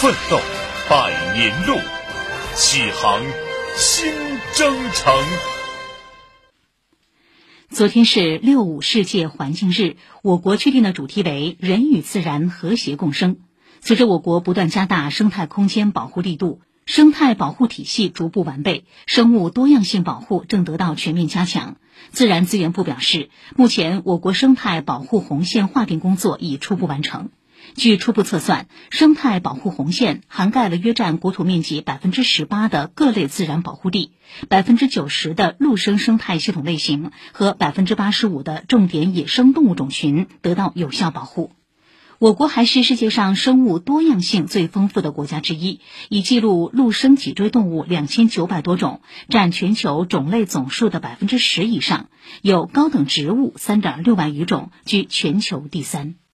奋斗100年路，启航新征程。 昨天是6·5世界环境日，我国确定的主题为人与自然和谐共生。随着我国不断加大生态空间保护力度，生态保护体系逐步完备，生物多样性保护正得到全面加强。自然资源部表示，目前我国生态保护红线划定工作已初步完成。据初步测算，生态保护红线涵盖了约占国土面积18%的各类自然保护地，90%的陆生生态系统类型和85%的重点野生动物种群得到有效保护。我国还是世界上生物多样性最丰富的国家之一，已记录陆生脊椎动物2900多种，占全球种类总数的10%以上，有高等植物3.6万余种，居全球第3。